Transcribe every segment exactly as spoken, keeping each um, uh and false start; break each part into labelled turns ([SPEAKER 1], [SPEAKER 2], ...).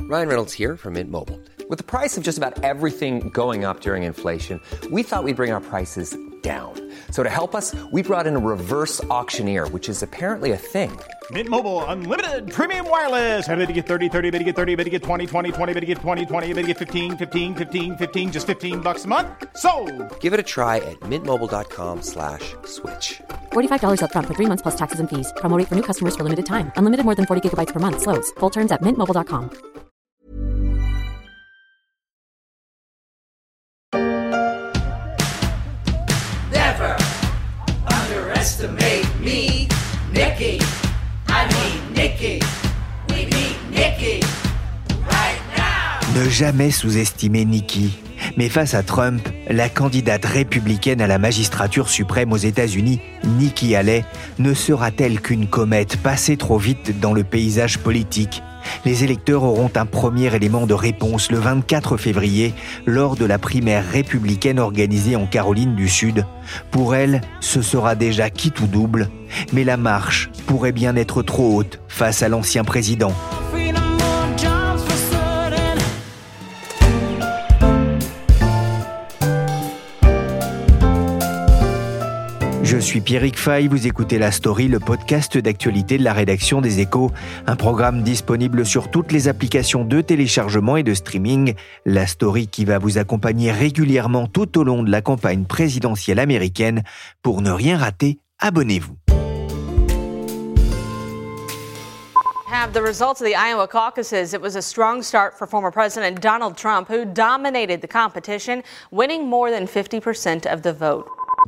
[SPEAKER 1] Ryan Reynolds here from Mint Mobile. With the price of just about everything going up during inflation, we thought we'd bring our prices down. So to help us, we brought in a reverse auctioneer, which is apparently a thing.
[SPEAKER 2] Mint Mobile Unlimited Premium Wireless. How to get thirty, thirty, how to get thirty, how to get twenty, twenty, twenty, how to get twenty, twenty, how to get fifteen, fifteen, fifteen, fifteen, just fifteen bucks a month? Sold!
[SPEAKER 1] Give it a try at mintmobile.com slash switch.
[SPEAKER 3] forty-five dollars up front for three months plus taxes and fees. Promo rate for new customers for limited time. Unlimited more than forty gigabytes per month. Slows full terms at mint mobile dot com.
[SPEAKER 4] Never underestimate me, Nikki. I mean Nikki. We need Nikki right now.
[SPEAKER 5] Ne jamais sous-estimer Nikki. Mais face à Trump, la candidate républicaine à la magistrature suprême aux États-Unis, Nikki Haley, ne sera-t-elle qu'une comète passée trop vite dans le paysage politique ? Les électeurs auront un premier élément de réponse le vingt-quatre février lors de la primaire républicaine organisée en Caroline du Sud. Pour elle, ce sera déjà quitte ou double, mais la marche pourrait bien être trop haute face à l'ancien président. Je suis Pierrick Fay, vous écoutez La Story, le podcast d'actualité de la rédaction des Échos, un programme disponible sur toutes les applications de téléchargement et de streaming. La Story qui va vous accompagner régulièrement tout au long de la campagne présidentielle américaine. Pour ne rien rater, abonnez-vous.
[SPEAKER 6] Have the results of the Iowa caucuses. It was a strong start for former President Donald Trump, who dominated the competition, winning more than fifty percent of the vote.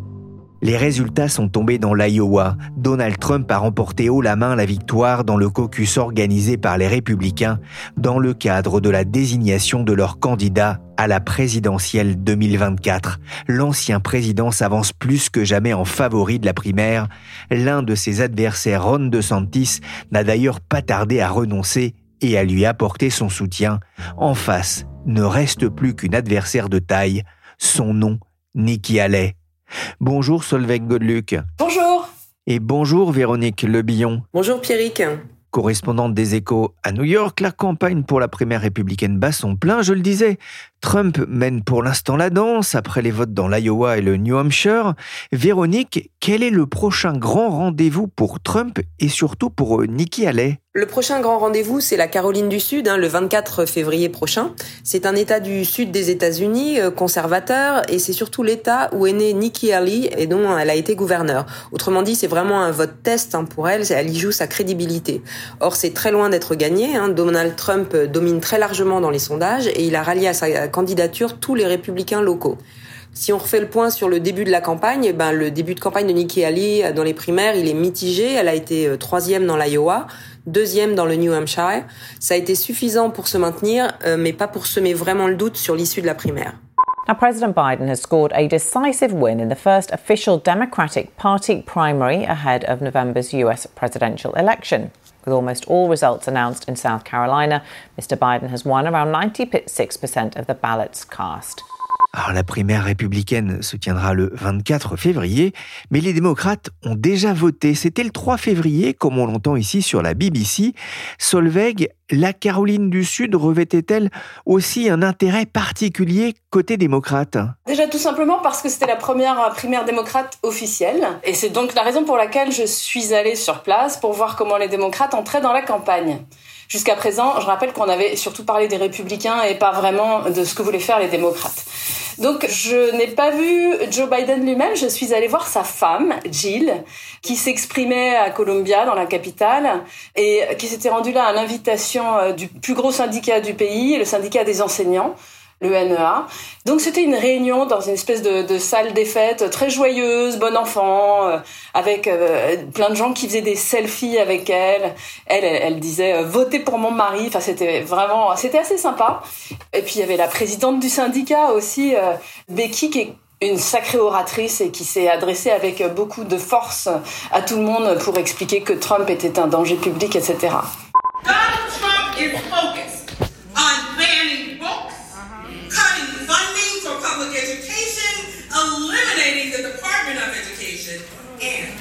[SPEAKER 5] Les résultats sont tombés dans l'Iowa. Donald Trump a remporté haut la main la victoire dans le caucus organisé par les Républicains dans le cadre de la désignation de leur candidat à la présidentielle deux mille vingt-quatre. L'ancien président s'avance plus que jamais en favori de la primaire. L'un de ses adversaires, Ron DeSantis, n'a d'ailleurs pas tardé à renoncer et à lui apporter son soutien. En face, ne reste plus qu'une adversaire de taille. Son nom, Nikki Haley. Bonjour Solveig Godluc.
[SPEAKER 7] Bonjour.
[SPEAKER 5] Et bonjour Véronique Lebillon.
[SPEAKER 7] Bonjour Pierrick.
[SPEAKER 5] Correspondante des Échos à New York, la campagne pour la primaire républicaine bat son plein, je le disais. Trump mène pour l'instant la danse après les votes dans l'Iowa et le New Hampshire. Véronique, quel est le prochain grand rendez-vous pour Trump et surtout pour Nikki Haley ?
[SPEAKER 7] Le prochain grand rendez-vous, c'est la Caroline du Sud, hein, le vingt-quatre février prochain. C'est un État du sud des États-Unis, euh, conservateur, et c'est surtout l'État où est née Nikki Haley et dont elle a été gouverneure. Autrement dit, c'est vraiment un vote test hein, pour elle, elle y joue sa crédibilité. Or, c'est très loin d'être gagné. Hein. Donald Trump domine très largement dans les sondages et il a rallié à sa candidature tous les républicains locaux. Si on refait le point sur le début de la campagne, ben le début de campagne de Nikki Haley dans les primaires, il est mitigé. Elle a été troisième dans l'Iowa, deuxième dans le New Hampshire. Ça a été suffisant pour se maintenir, mais pas pour semer vraiment le doute sur l'issue de la primaire.
[SPEAKER 8] Now, President Biden has scored a decisive win in the first official Democratic Party primary ahead of November's U S presidential election. With almost all results announced in South Carolina, Mister Biden has won around ninety-six percent of the ballots cast.
[SPEAKER 5] Alors, la primaire républicaine se tiendra le vingt-quatre février, mais les démocrates ont déjà voté. C'était le trois février, comme on l'entend ici sur la B B C. Solveig, la Caroline du Sud revêtait-elle aussi un intérêt particulier côté démocrate ?
[SPEAKER 9] Déjà tout simplement parce que c'était la première primaire démocrate officielle. Et c'est donc la raison pour laquelle je suis allée sur place pour voir comment les démocrates entraient dans la campagne. Jusqu'à présent, je rappelle qu'on avait surtout parlé des républicains et pas vraiment de ce que voulaient faire les démocrates. Donc, je n'ai pas vu Joe Biden lui-même, je suis allée voir sa femme, Jill, qui s'exprimait à Columbia, dans la capitale, et qui s'était rendue là à l'invitation du plus gros syndicat du pays, le syndicat des enseignants, le N E A. Donc c'était une réunion dans une espèce de, de salle des fêtes très joyeuse, bon enfant, euh, avec euh, plein de gens qui faisaient des selfies avec elle. Elle, elle, elle disait euh, « Votez pour mon mari ». Enfin, c'était vraiment, c'était assez sympa. Et puis il y avait la présidente du syndicat aussi, euh, Becky, qui est une sacrée oratrice et qui s'est adressée avec beaucoup de force à tout le monde pour expliquer que Trump était un danger public, et cetera.
[SPEAKER 10] Donald Trump is focused on banning books, cutting funding for public education, eliminating the Department of Education, and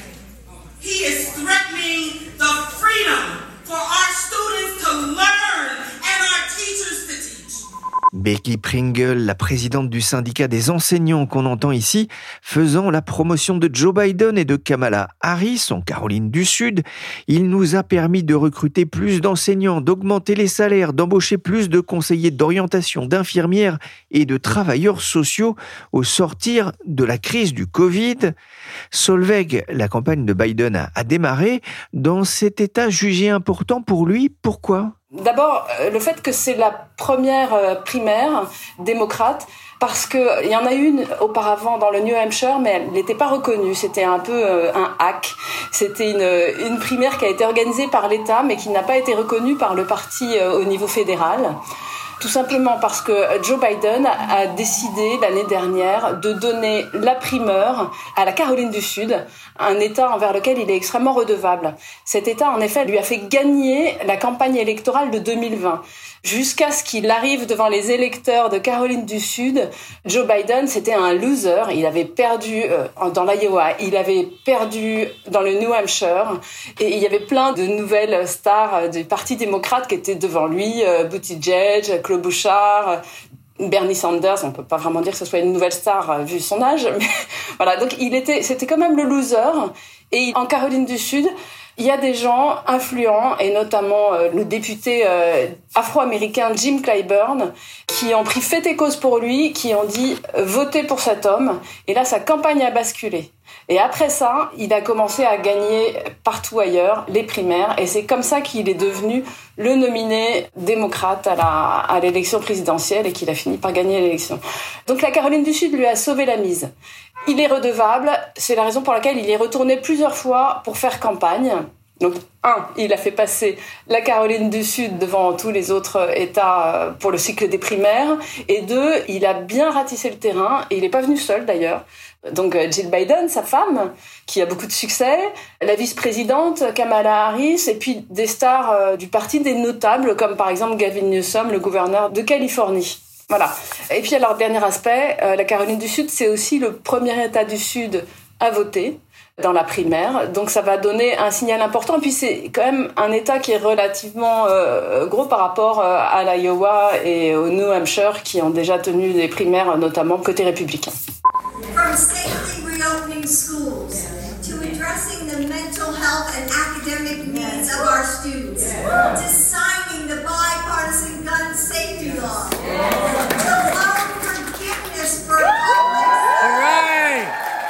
[SPEAKER 10] he is threatening the freedom for our students to learn and our teachers
[SPEAKER 5] Becky Pringle, la présidente du syndicat des enseignants qu'on entend ici, faisant la promotion de Joe Biden et de Kamala Harris en Caroline du Sud, il nous a permis de recruter plus d'enseignants, d'augmenter les salaires, d'embaucher plus de conseillers d'orientation, d'infirmières et de travailleurs sociaux au sortir de la crise du Covid. Solveig, la campagne de Biden a, a démarré dans cet état jugé important pour lui. Pourquoi ?
[SPEAKER 9] D'abord, le fait que c'est la première primaire démocrate, parce qu'il y en a une auparavant dans le New Hampshire, mais elle n'était pas reconnue. C'était un peu un hack. C'était une, une primaire qui a été organisée par l'État, mais qui n'a pas été reconnue par le parti au niveau fédéral. Tout simplement parce que Joe Biden a décidé l'année dernière de donner la primeur à la Caroline du Sud, un État envers lequel il est extrêmement redevable. Cet État, en effet, lui a fait gagner la campagne électorale de deux mille vingt. Jusqu'à ce qu'il arrive devant les électeurs de Caroline du Sud, Joe Biden, c'était un loser. Il avait perdu euh, dans l'Iowa, il avait perdu dans le New Hampshire, et il y avait plein de nouvelles stars du Parti démocrate qui étaient devant lui, euh, Buttigieg, Claude Bouchard, Bernie Sanders. On peut pas vraiment dire que ce soit une nouvelle star euh, vu son âge, mais voilà. Donc il était, c'était quand même le loser. Et en Caroline du Sud, il y a des gens influents, et notamment euh, le député euh, afro-américain Jim Clyburn, qui ont pris fait et cause pour lui, qui ont dit euh, « votez pour cet homme ». Et là, sa campagne a basculé. Et après ça, il a commencé à gagner partout ailleurs les primaires. Et c'est comme ça qu'il est devenu le nominé démocrate à, la, à l'élection présidentielle et qu'il a fini par gagner l'élection. Donc la Caroline du Sud lui a sauvé la mise. Il est redevable, c'est la raison pour laquelle il est retourné plusieurs fois pour faire campagne. Donc, un, il a fait passer la Caroline du Sud devant tous les autres États pour le cycle des primaires. Et deux, il a bien ratissé le terrain, et il n'est pas venu seul d'ailleurs. Donc Jill Biden, sa femme, qui a beaucoup de succès, la vice-présidente Kamala Harris, et puis des stars du parti, des notables, comme par exemple Gavin Newsom, le gouverneur de Californie. Voilà. Et puis alors, dernier aspect, euh, la Caroline du Sud, c'est aussi le premier État du Sud à voter dans la primaire. Donc ça va donner un signal important. Et puis c'est quand même un État qui est relativement euh, gros par rapport euh, à l'Iowa et au New Hampshire, qui ont déjà tenu des primaires, notamment côté républicain.
[SPEAKER 11] From safely reopening schools to addressing the mental health and academic needs of our students, to signing the bipartisan gun safety law, to loan forgiveness for
[SPEAKER 4] All right.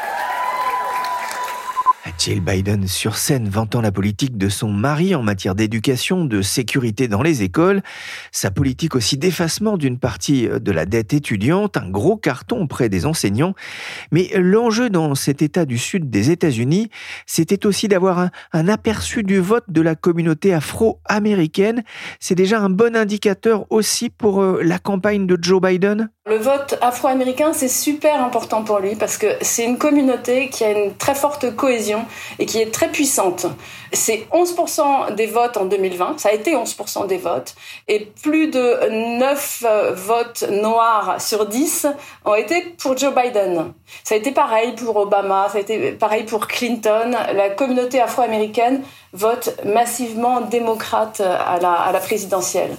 [SPEAKER 5] Jill Biden sur scène vantant la politique de son mari en matière d'éducation, de sécurité dans les écoles, sa politique aussi d'effacement d'une partie de la dette étudiante, un gros carton auprès des enseignants. Mais l'enjeu dans cet État du Sud des États-Unis, c'était aussi d'avoir un, un aperçu du vote de la communauté afro-américaine. C'est déjà un bon indicateur aussi pour la campagne de Joe Biden ?
[SPEAKER 9] Le vote afro-américain, c'est super important pour lui parce que c'est une communauté qui a une très forte cohésion et qui est très puissante. C'est onze pour cent des votes en deux mille vingt, ça a été onze pour cent des votes, et plus de neuf votes noirs sur dix ont été pour Joe Biden. Ça a été pareil pour Obama, ça a été pareil pour Clinton. La communauté afro-américaine vote massivement démocrate à la, à la présidentielle.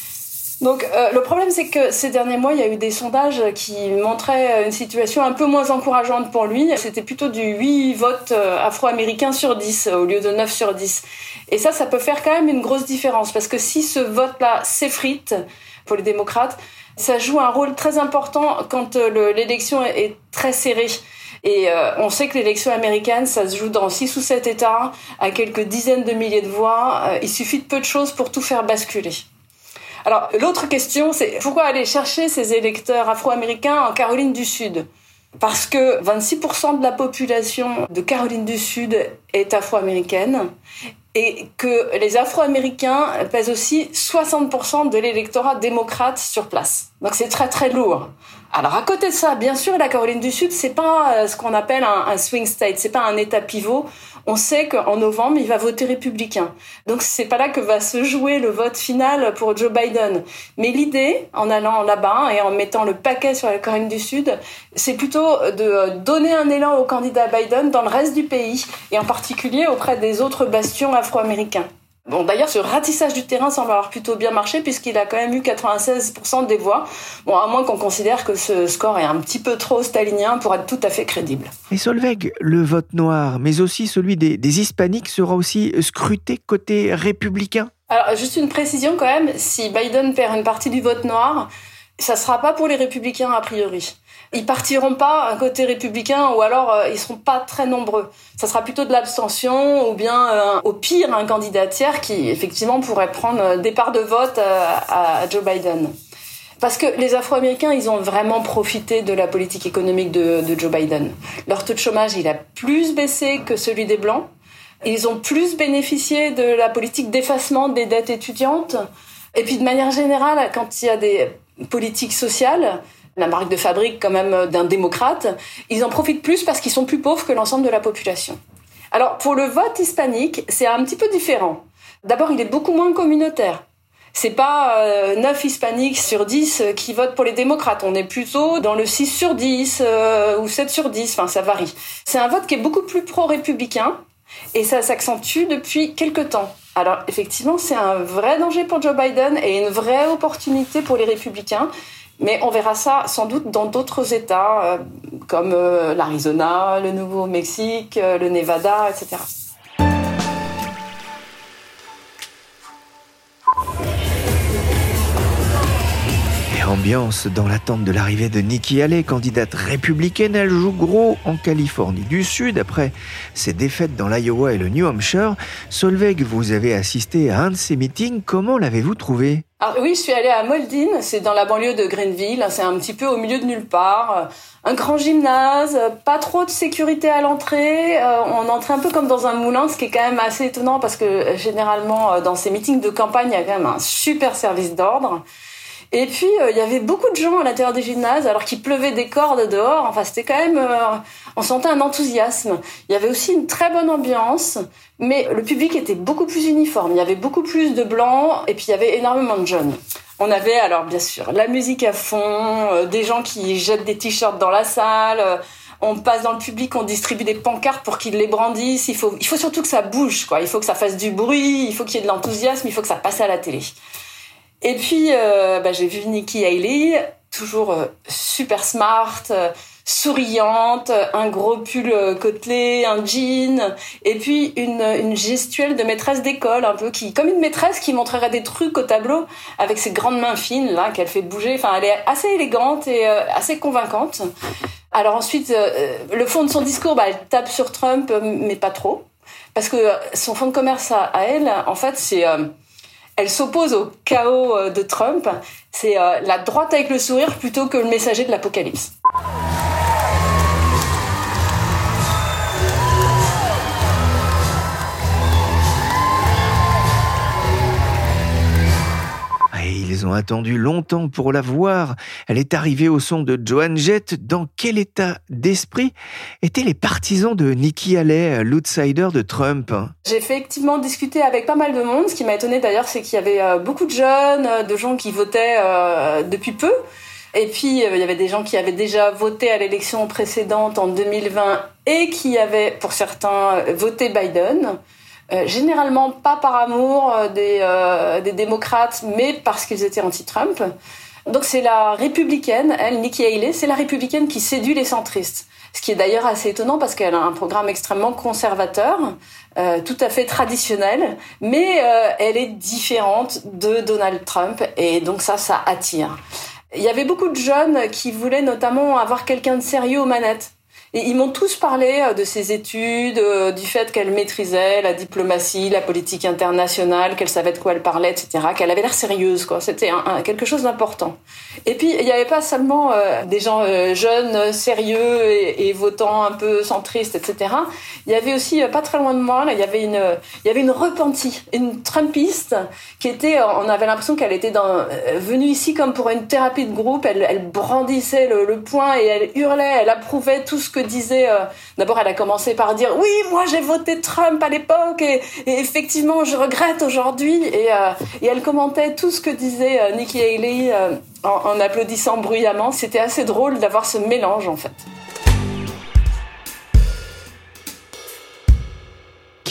[SPEAKER 9] Donc euh, le problème, c'est que ces derniers mois, il y a eu des sondages qui montraient une situation un peu moins encourageante pour lui. C'était plutôt du huit votes afro-américains sur dix au lieu de neuf sur dix. Et ça, ça peut faire quand même une grosse différence, parce que si ce vote-là s'effrite pour les démocrates, ça joue un rôle très important quand le, l'élection est très serrée. Et euh, on sait que l'élection américaine, ça se joue dans six ou sept États, à quelques dizaines de milliers de voix. Euh, il suffit de peu de choses pour tout faire basculer. Alors, l'autre question, c'est pourquoi aller chercher ces électeurs afro-américains en Caroline du Sud ? Parce que vingt-six pour cent de la population de Caroline du Sud est afro-américaine et que les Afro-Américains pèsent aussi soixante pour cent de l'électorat démocrate sur place. Donc c'est très très lourd. Alors à côté de ça, bien sûr, la Caroline du Sud, c'est pas ce qu'on appelle un, un swing state, c'est pas un État pivot. On sait qu'en novembre, il va voter républicain. Donc c'est pas là que va se jouer le vote final pour Joe Biden. Mais l'idée, en allant là-bas et en mettant le paquet sur la Caroline du Sud, c'est plutôt de donner un élan au candidat Biden dans le reste du pays, et en particulier auprès des autres bastions afro-américains. Bon, d'ailleurs, ce ratissage du terrain semble avoir plutôt bien marché puisqu'il a quand même eu quatre-vingt-seize pour cent des voix. Bon, à moins qu'on considère que ce score est un petit peu trop stalinien pour être tout à fait crédible.
[SPEAKER 5] Et Solveig, le vote noir, mais aussi celui des, des hispaniques, sera aussi scruté côté républicain ?
[SPEAKER 9] Alors, juste une précision quand même, si Biden perd une partie du vote noir, ça sera pas pour les républicains a priori. Ils partiront pas un côté républicain ou alors euh, ils seront pas très nombreux. Ça sera plutôt de l'abstention ou bien euh, au pire un candidat tiers qui effectivement pourrait prendre des parts de vote euh, à Joe Biden. Parce que les Afro-Américains, ils ont vraiment profité de la politique économique de, de Joe Biden. Leur taux de chômage, il a plus baissé que celui des Blancs. Ils ont plus bénéficié de la politique d'effacement des dettes étudiantes. Et puis de manière générale, quand il y a des politiques sociales, la marque de fabrique quand même d'un démocrate, ils en profitent plus parce qu'ils sont plus pauvres que l'ensemble de la population. Alors pour le vote hispanique, c'est un petit peu différent. D'abord, il est beaucoup moins communautaire. C'est pas euh, neuf hispaniques sur dix qui votent pour les démocrates. On est plutôt dans le six sur dix euh, ou sept sur dix, enfin ça varie. C'est un vote qui est beaucoup plus pro-républicain et ça s'accentue depuis quelques temps. Alors effectivement, c'est un vrai danger pour Joe Biden et une vraie opportunité pour les républicains. Mais on verra ça sans doute dans d'autres États, euh, comme euh, l'Arizona, le Nouveau-Mexique, euh, le Nevada, et cetera.
[SPEAKER 5] Et ambiance dans l'attente de l'arrivée de Nikki Haley, candidate républicaine. Elle joue gros en Californie du Sud. Après ses défaites dans l'Iowa et le New Hampshire, Solveig, vous avez assisté à un de ces meetings. Comment l'avez-vous trouvé ?
[SPEAKER 9] Alors oui, je suis allée à Moldine, c'est dans la banlieue de Greenville, c'est un petit peu au milieu de nulle part. Un grand gymnase, pas trop de sécurité à l'entrée, on entrait un peu comme dans un moulin, ce qui est quand même assez étonnant parce que généralement dans ces meetings de campagne, il y a quand même un super service d'ordre. Et puis, euh, il y avait beaucoup de gens à l'intérieur des gymnases, alors qu'il pleuvait des cordes dehors. Enfin, c'était quand même... Euh, on sentait un enthousiasme. Il y avait aussi une très bonne ambiance, mais le public était beaucoup plus uniforme. Il y avait beaucoup plus de blancs, et puis il y avait énormément de jeunes. On avait, alors bien sûr, la musique à fond, euh, des gens qui jettent des t-shirts dans la salle... Euh, on passe dans le public, on distribue des pancartes pour qu'ils les brandissent. Il faut, il faut surtout que ça bouge, quoi. Il faut que ça fasse du bruit, il faut qu'il y ait de l'enthousiasme, il faut que ça passe à la télé. Et puis, euh, bah, j'ai vu Nikki Haley, toujours euh, super smart, euh, souriante, un gros pull euh, côtelé, un jean, et puis une, une gestuelle de maîtresse d'école, un peu qui, comme une maîtresse qui montrerait des trucs au tableau avec ses grandes mains fines là qu'elle fait bouger. Enfin, elle est assez élégante et euh, assez convaincante. Alors ensuite, euh, le fond de son discours, bah, elle tape sur Trump, mais pas trop, parce que son fond de commerce à, à elle, en fait, c'est euh, elle s'oppose au chaos de Trump. C'est euh, la droite avec le sourire plutôt que le messager de l'apocalypse.
[SPEAKER 5] Ils ont attendu longtemps pour la voir. Elle est arrivée au son de Joan Jett. Dans quel état d'esprit étaient les partisans de Nikki Haley, l'outsider de Trump ?
[SPEAKER 9] J'ai effectivement discuté avec pas mal de monde. Ce qui m'a étonné d'ailleurs, c'est qu'il y avait beaucoup de jeunes, de gens qui votaient euh, depuis peu. Et puis, euh, il y avait des gens qui avaient déjà voté à l'élection précédente en deux mille vingt et qui avaient, pour certains, voté Biden. Euh, généralement pas par amour euh, des, euh, des démocrates, mais parce qu'ils étaient anti-Trump. Donc c'est la républicaine, elle, Nikki Haley, c'est la républicaine qui séduit les centristes. Ce qui est d'ailleurs assez étonnant parce qu'elle a un programme extrêmement conservateur, euh, tout à fait traditionnel, mais euh, elle est différente de Donald Trump et donc ça, ça attire. Il y avait beaucoup de jeunes qui voulaient notamment avoir quelqu'un de sérieux aux manettes. Et ils m'ont tous parlé de ses études, du fait qu'elle maîtrisait la diplomatie, la politique internationale, qu'elle savait de quoi elle parlait, et cetera, qu'elle avait l'air sérieuse, quoi. C'était un, un, quelque chose d'important. Et puis, il n'y avait pas seulement euh, des gens euh, jeunes, sérieux et, et votants un peu centristes, et cetera. Il y avait aussi, euh, pas très loin de moi, là, il y avait une, il y avait une repentie, une Trumpiste qui était, on avait l'impression qu'elle était dans, euh, venue ici comme pour une thérapie de groupe. Elle, elle brandissait le, le poing et elle hurlait, elle approuvait tout ce que disait, euh, d'abord elle a commencé par dire oui, moi j'ai voté Trump à l'époque et, et effectivement je regrette aujourd'hui et, euh, et elle commentait tout ce que disait euh, Nikki Haley euh, en, en applaudissant bruyamment. C'était assez drôle d'avoir ce mélange en fait.
[SPEAKER 5] Qui est Nikki Haley ?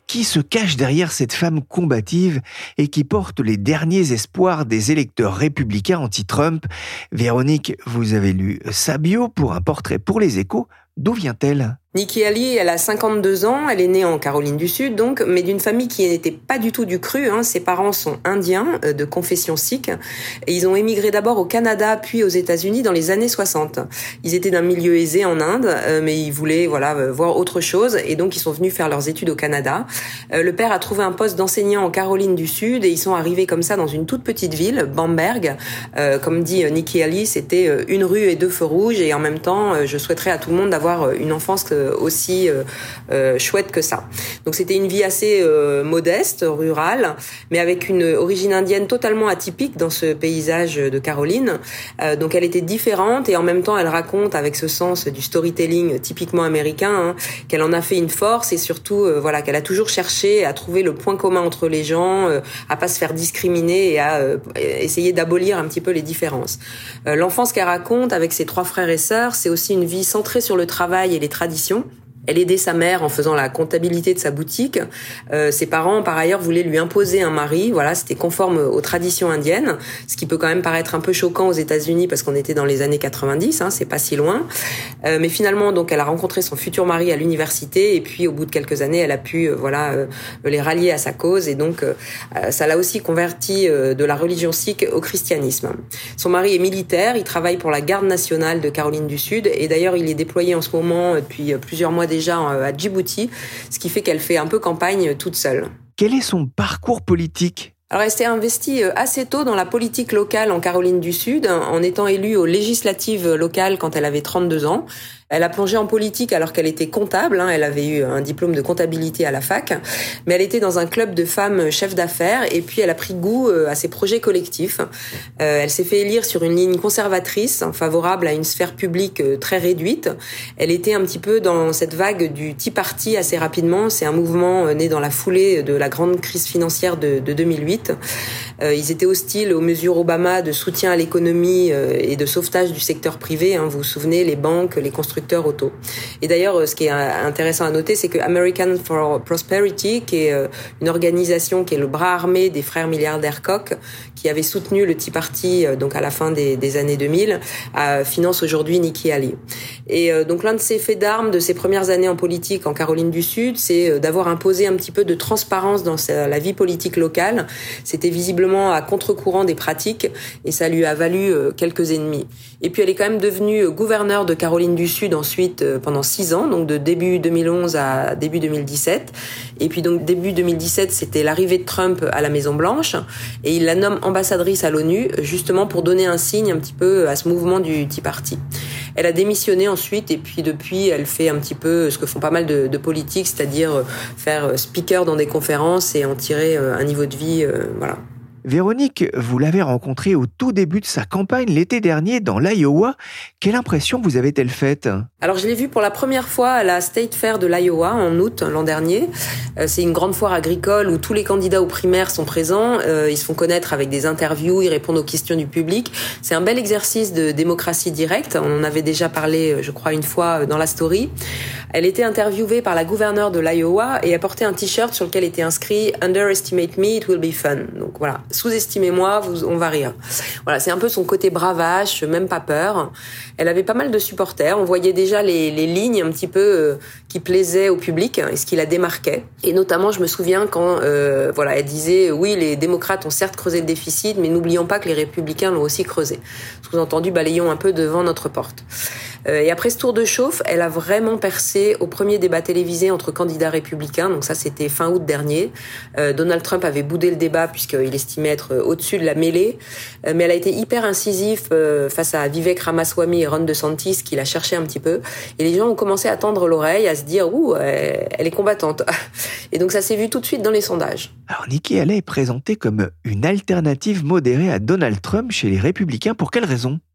[SPEAKER 5] Qui se cache derrière cette femme combative et qui porte les derniers espoirs des électeurs républicains anti-Trump? Véronique, vous avez lu sa bio pour un portrait pour les Échos. D'où vient-elle?
[SPEAKER 7] Nikki Haley, elle a cinquante-deux ans, elle est née en Caroline du Sud, donc, mais d'une famille qui n'était pas du tout du cru. Hein. Ses parents sont indiens, euh, de confession sikh, et ils ont émigré d'abord au Canada, puis aux États-Unis dans les années soixante. Ils étaient d'un milieu aisé en Inde, euh, mais ils voulaient voilà euh, voir autre chose, et donc ils sont venus faire leurs études au Canada. Euh, le père a trouvé un poste d'enseignant en Caroline du Sud, et ils sont arrivés comme ça dans une toute petite ville, Bamberg. Euh, comme dit euh, Nikki Haley, c'était euh, une rue et deux feux rouges, et en même temps, euh, je souhaiterais à tout le monde d'avoir euh, une enfance euh, aussi euh, euh, chouette que ça. Donc c'était une vie assez euh, modeste, rurale, mais avec une origine indienne totalement atypique dans ce paysage de Caroline. Euh, donc elle était différente et en même temps elle raconte avec ce sens du storytelling typiquement américain hein, qu'elle en a fait une force et surtout euh, voilà qu'elle a toujours cherché à trouver le point commun entre les gens, euh, à pas se faire discriminer et à euh, essayer d'abolir un petit peu les différences. Euh, l'enfance qu'elle raconte avec ses trois frères et sœurs, c'est aussi une vie centrée sur le travail et les traditions. Elle aidait sa mère en faisant la comptabilité de sa boutique. Euh, ses parents, par ailleurs, voulaient lui imposer un mari. Voilà, c'était conforme aux traditions indiennes, ce qui peut quand même paraître un peu choquant aux États-Unis parce qu'on était dans les années quatre-vingt-dix, hein, c'est pas si loin. Euh, mais finalement, donc, elle a rencontré son futur mari à l'université et puis, au bout de quelques années, elle a pu, euh, voilà, euh, les rallier à sa cause et donc, euh, ça l'a aussi converti euh, de la religion sikh au christianisme. Son mari est militaire, il travaille pour la garde nationale de Caroline du Sud et d'ailleurs, il est déployé en ce moment depuis plusieurs mois déjà à Djibouti, ce qui fait qu'elle fait un peu campagne toute seule.
[SPEAKER 5] Quel est son parcours politique ?
[SPEAKER 7] Alors, elle s'est investie assez tôt dans la politique locale en Caroline du Sud, en étant élue aux législatives locales quand elle avait trente-deux ans. Elle a plongé en politique alors qu'elle était comptable, hein, elle avait eu un diplôme de comptabilité à la fac, mais elle était dans un club de femmes chefs d'affaires et puis elle a pris goût à ses projets collectifs. Euh, elle s'est fait élire sur une ligne conservatrice, favorable à une sphère publique très réduite. Elle était un petit peu dans cette vague du Tea Party assez rapidement, c'est un mouvement né dans la foulée de la grande crise financière de, de deux mille huit. Euh, ils étaient hostiles aux mesures Obama de soutien à l'économie euh, et de sauvetage du secteur privé, hein, vous vous souvenez, les banques, les constructeurs auto. Et d'ailleurs, ce qui est intéressant à noter, c'est que American for Prosperity, qui est une organisation qui est le bras armé des frères milliardaires Koch, qui avait soutenu le Tea Party donc à la fin des, des années deux mille, euh, finance aujourd'hui Nikki Haley. Et euh, donc l'un de ses faits d'armes de ses premières années en politique en Caroline du Sud, c'est d'avoir imposé un petit peu de transparence dans sa, la vie politique locale. C'était visiblement à contre-courant des pratiques et ça lui a valu euh, quelques ennemis. Et puis elle est quand même devenue gouverneure de Caroline du Sud ensuite euh, pendant six ans, donc de début deux mille onze à début deux mille dix-sept. Et puis donc début deux mille dix-sept, c'était l'arrivée de Trump à la Maison Blanche et il la nomme ambassadrice à l'ONU justement pour donner un signe un petit peu à ce mouvement du Tea Party. Elle a démissionné ensuite et puis depuis elle fait un petit peu ce que font pas mal de, de politiques, c'est-à-dire faire speaker dans des conférences et en tirer un niveau de vie, euh, voilà.
[SPEAKER 5] Véronique, vous l'avez rencontrée au tout début de sa campagne l'été dernier dans l'Iowa. Quelle impression vous avez-elle faite ?
[SPEAKER 7] Alors je l'ai vue pour la première fois à la State Fair de l'Iowa en août l'an dernier. C'est une grande foire agricole où tous les candidats aux primaires sont présents. Ils se font connaître avec des interviews, ils répondent aux questions du public. C'est un bel exercice de démocratie directe. On en avait déjà parlé, je crois, une fois dans la story. Elle était interviewée par la gouverneure de l'Iowa et elle portait un t-shirt sur lequel était inscrit « Underestimate me, it will be fun ». Donc voilà. Sous-estimez-moi, vous, on va rire. Voilà, c'est un peu son côté bravache, même pas peur. Elle avait pas mal de supporters. On voyait déjà les, les lignes un petit peu euh, qui plaisaient au public et ce qui la démarquait. Et notamment, je me souviens quand, euh, voilà, elle disait oui, les démocrates ont certes creusé le déficit, mais n'oublions pas que les républicains l'ont aussi creusé. Sous-entendu, balayons un peu devant notre porte. Euh, et après ce tour de chauffe, elle a vraiment percé au premier débat télévisé entre candidats républicains. Donc ça, c'était fin août dernier. Euh, Donald Trump avait boudé le débat puisqu'il estimait être au-dessus de la mêlée. Euh, mais elle a été hyper incisive euh, face à Vivek Ramaswamy et Ron DeSantis qui l'a cherché un petit peu. Et les gens ont commencé à tendre l'oreille, à se dire « Ouh, elle est combattante ». Et donc ça s'est vu tout de suite dans les sondages.
[SPEAKER 5] Alors Nikki Haley est présentée comme une alternative modérée à Donald Trump chez les républicains. Pour quelle raison ?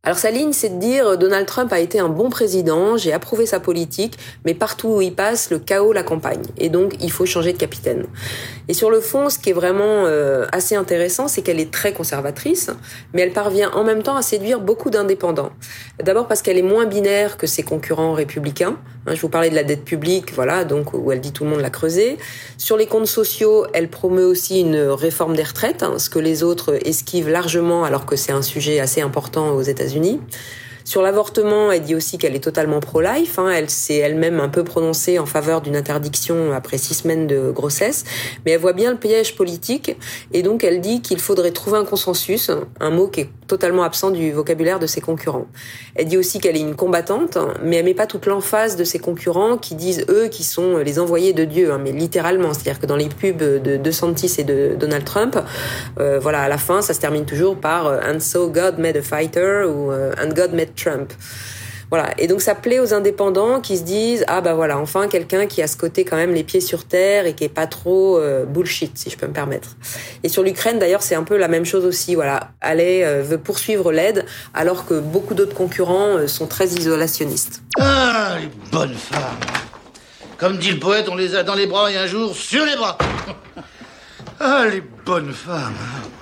[SPEAKER 7] Alors sa ligne, c'est de dire Donald Trump a été un bon président, j'ai approuvé sa politique, mais partout où il passe, le chaos l'accompagne. Et donc, il faut changer de capitaine. Et sur le fond, ce qui est vraiment euh, assez intéressant, c'est qu'elle est très conservatrice, mais elle parvient en même temps à séduire beaucoup d'indépendants. D'abord parce qu'elle est moins binaire que ses concurrents républicains. Hein, je vous parlais de la dette publique, voilà, donc où elle dit tout le monde l'a creusée. Sur les comptes sociaux, elle promeut aussi une réforme des retraites, hein, ce que les autres esquivent largement, alors que c'est un sujet assez important aux États-Unis. Sur l'avortement, elle dit aussi qu'elle est totalement pro-life. Hein. Elle s'est elle-même un peu prononcée en faveur d'une interdiction après six semaines de grossesse. Mais elle voit bien le piège politique. Et donc, elle dit qu'il faudrait trouver un consensus, un mot qui est totalement absent du vocabulaire de ses concurrents. Elle dit aussi qu'elle est une combattante, mais elle met pas toute l'emphase de ses concurrents qui disent, eux, qui sont les envoyés de Dieu. Hein, mais littéralement, c'est-à-dire que dans les pubs de DeSantis et de Donald Trump, euh, voilà, à la fin, ça se termine toujours par « And so God made a fighter » ou « And God made Trump ». Voilà. Et donc, ça plaît aux indépendants qui se disent, ah bah voilà, enfin, quelqu'un qui a ce côté quand même les pieds sur terre et qui est pas trop euh, bullshit, si je peux me permettre. Et sur l'Ukraine, d'ailleurs, c'est un peu la même chose aussi. Voilà. Elle euh, veut poursuivre l'aide, alors que beaucoup d'autres concurrents euh, sont très isolationnistes.
[SPEAKER 12] Ah, les bonnes femmes. Comme dit le poète, on les a dans les bras et un jour sur les bras. Ah, les bonnes femmes.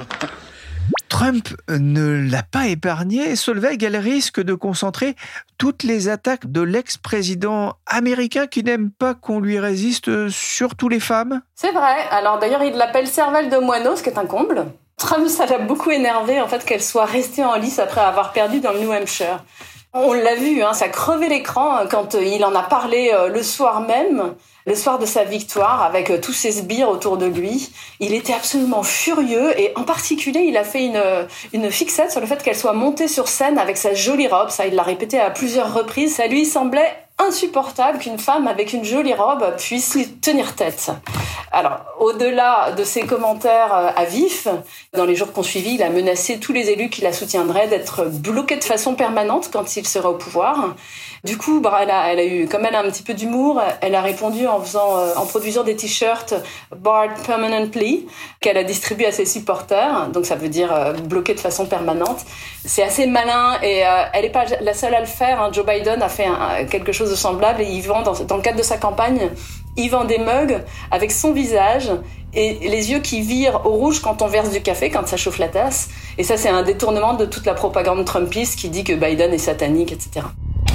[SPEAKER 5] Trump ne l'a pas épargnée. Solveig, elle risque de concentrer toutes les attaques de l'ex-président américain qui n'aime pas qu'on lui résiste, surtout les femmes.
[SPEAKER 9] C'est vrai. Alors d'ailleurs, il l'appelle cervelle de moineau, ce qui est un comble. Trump, ça l'a beaucoup énervé en fait qu'elle soit restée en lice après avoir perdu dans le New Hampshire. On l'a vu, hein, ça crevait l'écran quand il en a parlé le soir même, le soir de sa victoire, avec tous ses sbires autour de lui. Il était absolument furieux et en particulier, il a fait une, une fixette sur le fait qu'elle soit montée sur scène avec sa jolie robe. Ça, il l'a répété à plusieurs reprises. Ça lui semblait insupportable qu'une femme avec une jolie robe puisse lui tenir tête. Alors, au-delà de ses commentaires à vif, dans les jours qu'on suivi, il a menacé tous les élus qui la soutiendraient d'être bloqués de façon permanente quand il serait au pouvoir. Du coup, bah, elle, a, elle a eu, comme elle a un petit peu d'humour, elle a répondu en faisant, euh, en produisant des t-shirts barred permanently qu'elle a distribués à ses supporters. Donc, ça veut dire euh, bloqué de façon permanente. C'est assez malin et euh, elle n'est pas la seule à le faire. Hein. Joe Biden a fait un, quelque chose de semblable et il vend dans, dans le cadre de sa campagne. Il vend des mugs avec son visage et les yeux qui virent au rouge quand on verse du café, quand ça chauffe la tasse. Et ça, c'est un détournement de toute la propagande trumpiste qui dit que Biden est satanique, et cetera.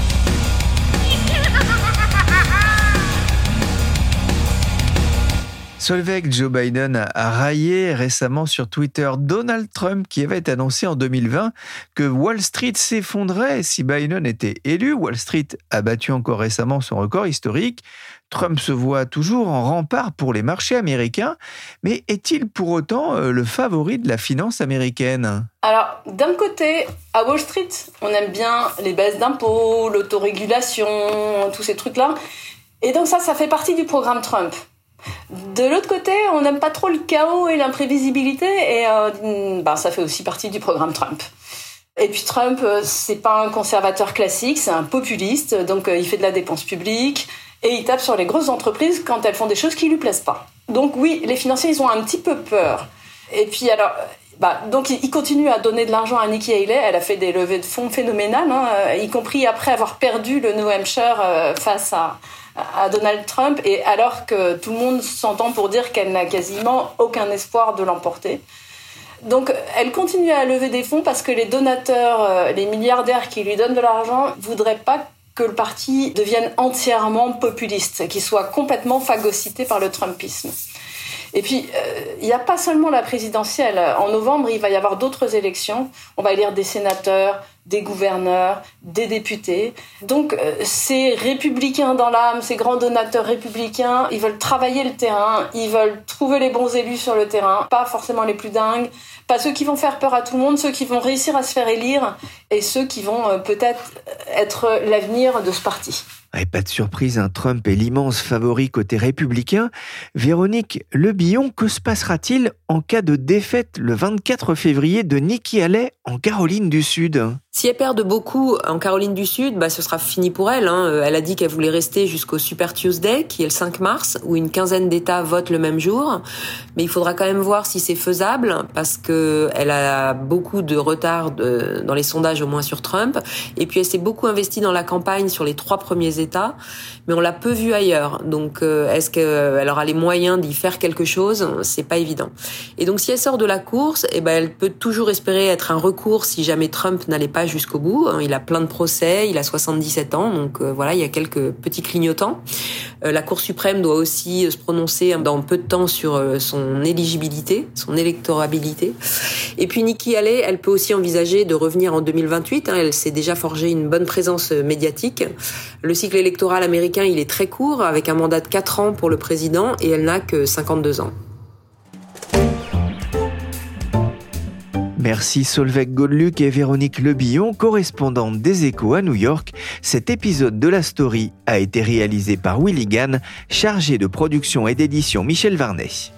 [SPEAKER 5] Solveig, Joe Biden a raillé récemment sur Twitter Donald Trump qui avait annoncé en deux mille vingt que Wall Street s'effondrait si Biden était élu. Wall Street a battu encore récemment son record historique. Trump se voit toujours en rempart pour les marchés américains, mais est-il pour autant le favori de la finance américaine ?
[SPEAKER 9] Alors, d'un côté, à Wall Street, on aime bien les baisses d'impôts, l'autorégulation, tous ces trucs-là. Et donc ça, ça fait partie du programme Trump. De l'autre côté, on n'aime pas trop le chaos et l'imprévisibilité, et euh, ben, ça fait aussi partie du programme Trump. Et puis Trump, c'est pas un conservateur classique, c'est un populiste, donc euh, il fait de la dépense publique, et il tape sur les grosses entreprises quand elles font des choses qui lui plaisent pas. Donc oui, les financiers, ils ont un petit peu peur. Et puis alors, bah, donc il continue à donner de l'argent à Nikki Haley, elle a fait des levées de fonds phénoménales, hein, y compris après avoir perdu le New Hampshire euh, face à... à Donald Trump, et alors que tout le monde s'entend pour dire qu'elle n'a quasiment aucun espoir de l'emporter. Donc, elle continue à lever des fonds parce que les donateurs, les milliardaires qui lui donnent de l'argent, voudraient pas que le parti devienne entièrement populiste, qu'il soit complètement phagocyté par le Trumpisme. Et puis, il euh, n'y a pas seulement la présidentielle. En novembre, il va y avoir d'autres élections. On va élire des sénateurs, des gouverneurs, des députés. Donc, euh, ces républicains dans l'âme, ces grands donateurs républicains, ils veulent travailler le terrain, ils veulent trouver les bons élus sur le terrain, pas forcément les plus dingues, pas ceux qui vont faire peur à tout le monde, ceux qui vont réussir à se faire élire et ceux qui vont euh, peut-être être l'avenir de ce parti.
[SPEAKER 5] Et pas de surprise, hein, Trump est l'immense favori côté républicain. Véronique Lebillon, que se passera-t-il en cas de défaite le vingt-quatre février de Nikki Haley en Caroline du Sud ?
[SPEAKER 7] Si elle perd de beaucoup en Caroline du Sud, bah, ce sera fini pour elle. Hein. Elle a dit qu'elle voulait rester jusqu'au Super Tuesday, qui est le cinq mars, où une quinzaine d'États votent le même jour. Mais il faudra quand même voir si c'est faisable, parce que elle a beaucoup de retard de, dans les sondages, au moins sur Trump. Et puis elle s'est beaucoup investie dans la campagne sur les trois premiers États, mais on l'a peu vue ailleurs. Donc euh, est-ce qu'elle aura les moyens d'y faire quelque chose ? C'est pas évident. Et donc si elle sort de la course, eh ben elle peut toujours espérer être un recours si jamais Trump n'allait pas jusqu'au bout. Il a plein de procès, il a soixante-dix-sept ans, donc euh, voilà, il y a quelques petits clignotants. Euh, la Cour suprême doit aussi se prononcer dans peu de temps sur euh, son éligibilité, son électorabilité. Et puis Nikki Haley, elle peut aussi envisager de revenir en deux mille vingt-huit. Hein, elle s'est déjà forgé une bonne présence médiatique. Le cycle électoral américain, il est très court, avec un mandat de quatre ans pour le président, et elle n'a que cinquante-deux ans.
[SPEAKER 5] Merci Solveig Godeluck et Véronique Lebillon, correspondantes des Échos à New York. Cet épisode de La Story a été réalisé par Willy Gann, chargé de production et d'édition Michel Varnet.